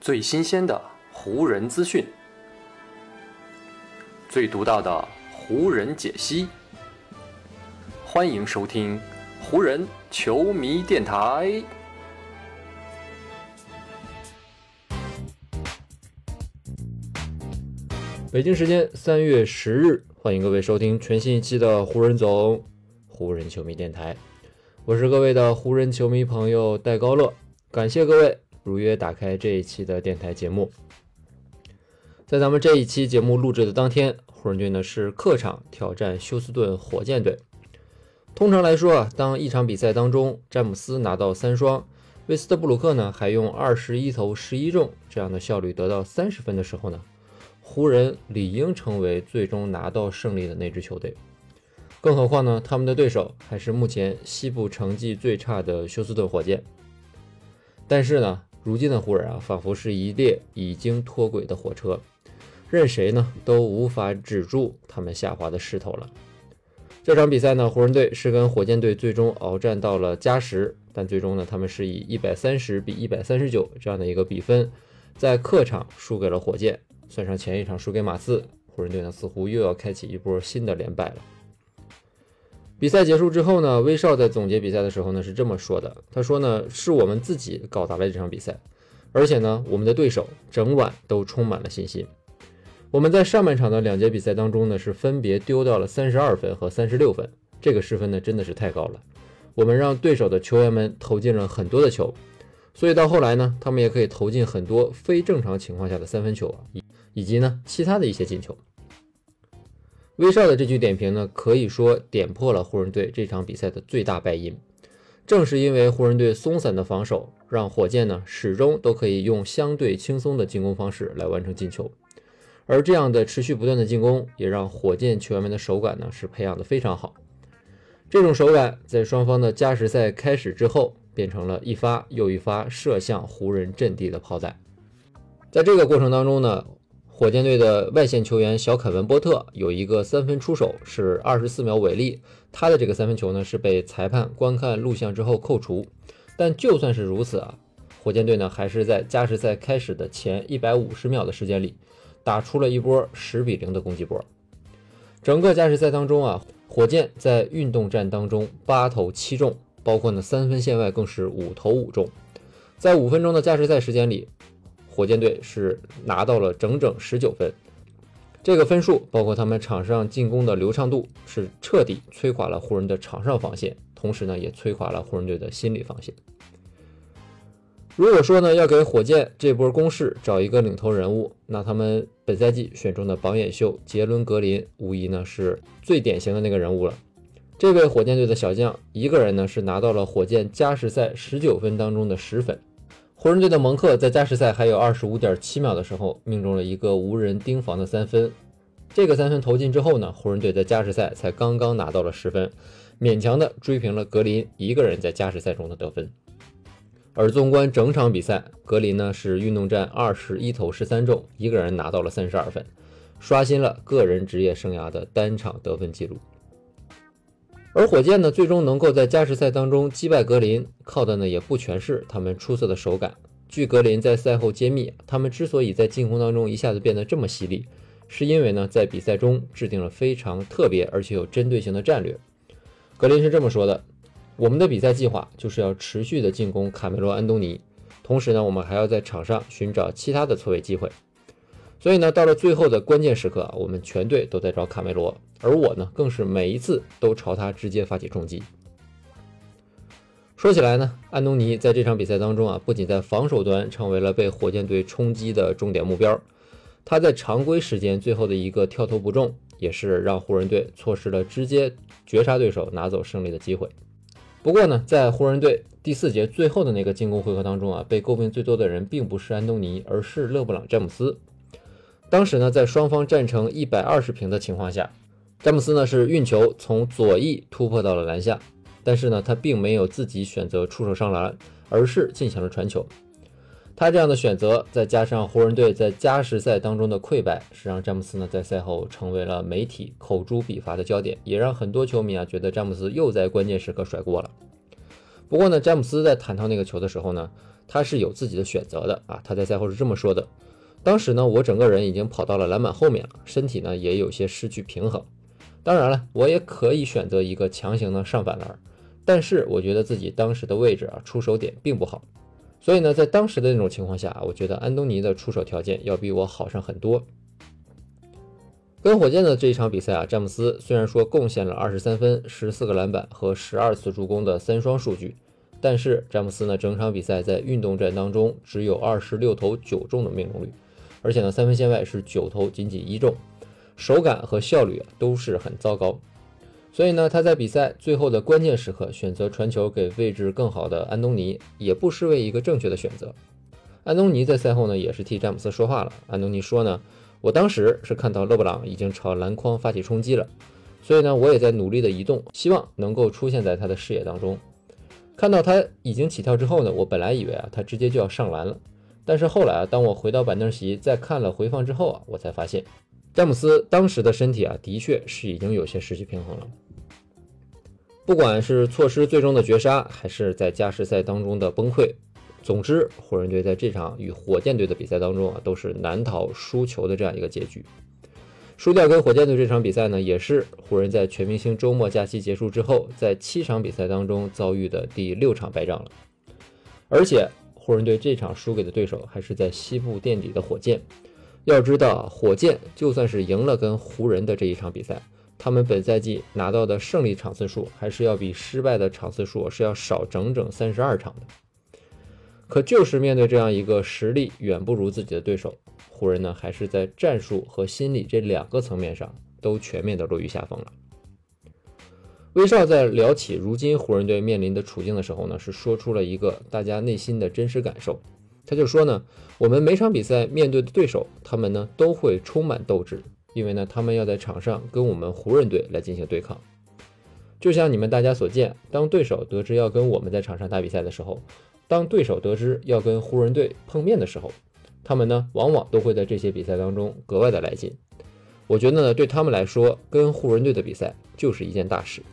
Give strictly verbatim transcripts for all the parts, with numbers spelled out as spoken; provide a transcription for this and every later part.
最新鲜的湖人资讯，最独到的湖人解析。欢迎收听湖人球迷电台。 北京时间三月十日，欢迎各位收听全新一期的湖人总湖人球迷电台。我是各位的湖人球迷朋友戴高乐，感谢各位如约打开这一期的电台节目。在咱们这一期节目录制的当天，湖人队呢是客场挑战休斯顿火箭队。通常来说啊，当一场比赛当中詹姆斯拿到三双，威斯特布鲁克呢还用二十一投十一中这样的效率得到三十分的时候呢，湖人理应成为最终拿到胜利的那支球队。更何况呢，他们的对手还是目前西部成绩最差的休斯顿火箭。但是呢，如今的湖人啊，仿佛是一列已经脱轨的火车，任谁呢都无法止住他们下滑的势头了。这场比赛呢，湖人队是跟火箭队最终鏖战到了加时，但最终呢，他们是以一百三十比一百三十九这样的一个比分，在客场输给了火箭。算上前一场输给马刺，湖人队呢似乎又要开启一波新的连败了。比赛结束之后呢，威少在总结比赛的时候呢是这么说的，他说呢，是我们自己搞砸了这场比赛，而且呢，我们的对手整晚都充满了信心。我们在上半场的两节比赛当中呢是分别丢掉了三十二分和三十六分，这个失分呢真的是太高了。我们让对手的球员们投进了很多的球，所以到后来呢，他们也可以投进很多非正常情况下的三分球啊，以及呢其他的一些进球。威少的这句点评呢，可以说点破了湖人队这场比赛的最大败因。正是因为湖人队松散的防守，让火箭呢始终都可以用相对轻松的进攻方式来完成进球。而这样的持续不断的进攻，也让火箭球员们的手感呢是培养得非常好。这种手感在双方的加时赛开始之后，变成了一发又一发射向湖人阵地的炮弹。在这个过程当中呢，火箭队的外线球员小凯文波特有一个三分出手是二十四秒违例，他的这个三分球呢是被裁判观看录像之后扣除。但就算是如此啊，火箭队呢还是在加时赛开始的前一百五十秒的时间里打出了一波十比零的攻击波。整个加时赛当中啊，火箭在运动战当中八投七中，包括呢三分线外更是五投五中。在五分钟的加时赛时间里，火箭队是拿到了整整十九分。这个分数包括他们场上进攻的流畅度，是彻底摧垮了湖人的场上防线，同时呢也摧垮了湖人队的心理防线。如果说呢要给火箭这波攻势找一个领头人物，那他们本赛季选中的榜眼秀杰伦格林无疑呢是最典型的那个人物了。这位火箭队的小将一个人呢是拿到了火箭加时赛十九分当中的十分。湖人队的蒙克在加时赛还有 二十五点七秒的时候命中了一个无人盯防的三分，这个三分投进之后呢，湖人队在加时赛才刚刚拿到了十分，勉强的追平了格林一个人在加时赛中的得分。而纵观整场比赛，格林呢是运动战二十一投十三中，一个人拿到了三十二分，刷新了个人职业生涯的单场得分记录。而火箭呢最终能够在加时赛当中击败格林，靠的呢也不全是他们出色的手感。据格林在赛后揭秘，他们之所以在进攻当中一下子变得这么犀利，是因为呢在比赛中制定了非常特别而且有针对性的战略。格林是这么说的，我们的比赛计划就是要持续的进攻卡梅罗·安东尼，同时呢我们还要在场上寻找其他的错位机会。所以呢到了最后的关键时刻啊，我们全队都在找卡梅罗，而我呢更是每一次都朝他直接发起冲击。说起来呢，安东尼在这场比赛当中啊，不仅在防守端成为了被火箭队冲击的重点目标，他在常规时间最后的一个跳投不中，也是让湖人队错失了直接绝杀对手拿走胜利的机会。不过呢，在湖人队第四节最后的那个进攻回合当中啊，被诟病最多的人并不是安东尼，而是勒布朗·詹姆斯。当时呢，在双方战成一百二十平的情况下，詹姆斯呢是运球从左翼突破到了篮下，但是呢他并没有自己选择出手上篮，而是进行了传球。他这样的选择，再加上湖人队在加时赛当中的溃败，是让詹姆斯呢在赛后成为了媒体口诛笔伐的焦点，也让很多球迷啊觉得詹姆斯又在关键时刻甩锅了。 不过呢，詹姆斯在弹到那个球的时候呢，他是有自己的选择的啊。他在赛后是这么说的：当时呢，我整个人已经跑到了篮板后面了，身体呢也有些失去平衡。当然了，我也可以选择一个强行的上反篮，但是我觉得自己当时的位置啊，出手点并不好。所以呢，在当时的那种情况下，我觉得安东尼的出手条件要比我好上很多。跟火箭的这一场比赛啊，詹姆斯虽然说贡献了二十三分、十四个篮板和十二次助攻的三双数据，但是詹姆斯呢，整场比赛在运动战当中只有二十六投九中的命中率，而且呢，三分线外是九投仅仅一中，手感和效率啊都是很糟糕。所以呢，他在比赛最后的关键时刻选择传球给位置更好的安东尼，也不失为一个正确的选择。安东尼在赛后呢，也是替詹姆斯说话了。安东尼说呢，我当时是看到勒布朗已经朝篮筐发起冲击了，所以呢，我也在努力的移动，希望能够出现在他的视野当中。看到他已经起跳之后呢，我本来以为啊，他直接就要上篮了，但是后来啊，当我回到板凳席再看了回放之后啊，我才发现詹姆斯当时的身体啊，的确是已经有些失去平衡了。不管是错失最终的绝杀，还是在加时赛当中的崩溃，总之湖人队在这场与火箭队的比赛当中啊，都是难逃输球的这样一个结局。输掉跟火箭队这场比赛呢，也是湖人在全明星周末假期结束之后，在七场比赛当中遭遇的第六场败仗了。而且湖人队这场输给的对手还是在西部垫底的火箭。要知道，火箭就算是赢了跟湖人的这一场比赛，他们本赛季拿到的胜利场次数还是要比失败的场次数是要少整整三十二场的。可就是面对这样一个实力远不如自己的对手，湖人呢还是在战术和心理这两个层面上都全面的落于下风了。威少在聊起如今湖人队面临的处境的时候呢，是说出了一个大家内心的真实感受。他就说呢，我们每场比赛面对的对手，他们呢都会充满斗志，因为呢他们要在场上跟我们湖人队来进行对抗。就像你们大家所见，当对手得知要跟我们在场上打比赛的时候，当对手得知要跟湖人队碰面的时候，他们呢往往都会在这些比赛当中格外的来劲。我觉得呢，对他们来说，跟湖人队的比赛就是一件大事。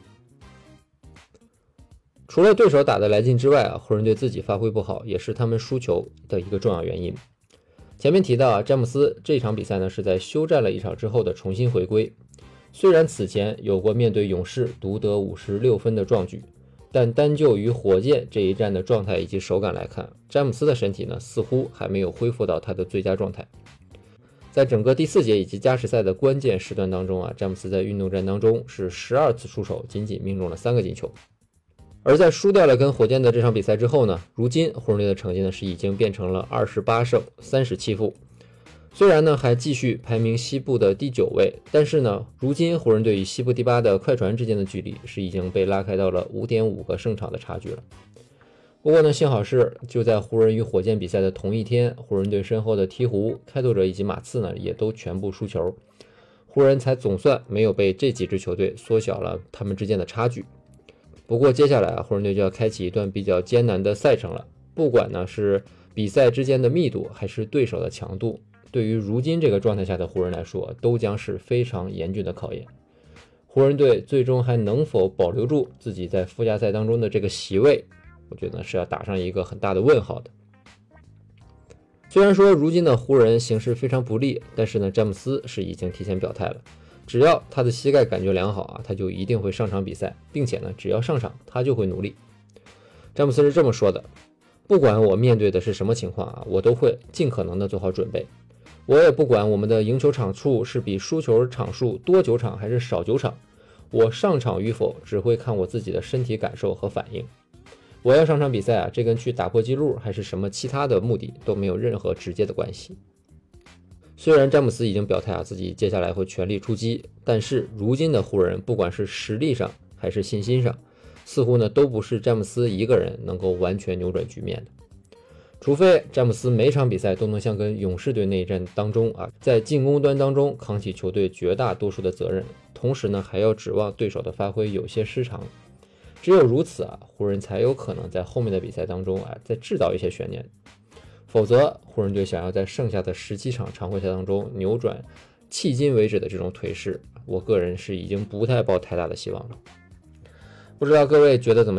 除了对手打得来劲之外啊，湖人队自己发挥不好，也是他们输球的一个重要原因。前面提到啊，詹姆斯这场比赛呢是在休战了一场之后的重新回归。虽然此前有过面对勇士独得五十六分的壮举，但单就与火箭这一战的状态以及手感来看，詹姆斯的身体呢似乎还没有恢复到他的最佳状态。在整个第四节以及加时赛的关键时段当中啊，詹姆斯在运动战当中是十二次出手，仅仅命中了三个进球。而在输掉了跟火箭的这场比赛之后呢，如今湖人队的成绩呢是已经变成了二十八胜三十七负。虽然呢还继续排名西部的第九位，但是呢，如今湖人队与西部第八的快船之间的距离是已经被拉开到了 五点五 个胜场的差距了。不过呢，幸好是就在湖人与火箭比赛的同一天，湖人队身后的鹈鹕、开拓者以及马刺呢也都全部输球，湖人才总算没有被这几支球队缩小了他们之间的差距。不过接下来啊，湖人队就要开启一段比较艰难的赛程了。不管呢是比赛之间的密度，还是对手的强度，对于如今这个状态下的湖人来说，都将是非常严峻的考验。湖人队最终还能否保留住自己在附加赛当中的这个席位，我觉得是要打上一个很大的问号的。虽然说如今的湖人形势非常不利，但是呢，詹姆斯是已经提前表态了。只要他的膝盖感觉良好啊，他就一定会上场比赛，并且呢，只要上场，他就会努力。詹姆斯是这么说的：不管我面对的是什么情况啊，我都会尽可能的做好准备。我也不管我们的赢球场数是比输球场数多九场还是少九场，我上场与否只会看我自己的身体感受和反应。我要上场比赛啊，这跟去打破纪录还是什么其他的目的都没有任何直接的关系。虽然詹姆斯已经表态啊，自己接下来会全力出击，但是如今的湖人不管是实力上还是信心上，似乎呢都不是詹姆斯一个人能够完全扭转局面的。除非詹姆斯每场比赛都能像跟勇士队那一战当中啊，在进攻端当中扛起球队绝大多数的责任，同时呢还要指望对手的发挥有些失常。只有如此啊，湖人才有可能在后面的比赛当中啊再制造一些悬念。否则湖人队想要在剩下的十七场常规赛当中扭转迄今为止的这种颓势，我个人是已经不太抱太大的希望了。不知道各位觉得怎么样？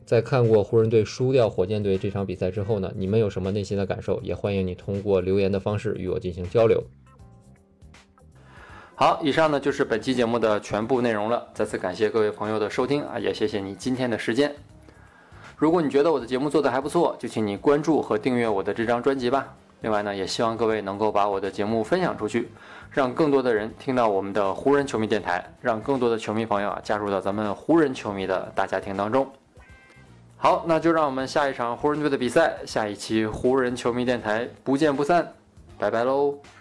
在看过湖人队输掉火箭队这场比赛之后呢，你们有什么内心的感受？也欢迎你通过留言的方式与我进行交流。 好，以上呢就是本期节目的全部内容了。再次感谢各位朋友的收听啊，也谢谢你今天的时间。如果你觉得我的节目做得还不错，就请你关注和订阅我的这张专辑吧。另外呢，也希望各位能够把我的节目分享出去，让更多的人听到我们的湖人球迷电台，让更多的球迷朋友啊加入到咱们湖人球迷的大家庭当中。好，那就让我们下一场湖人队的比赛，下一期湖人球迷电台不见不散，拜拜喽。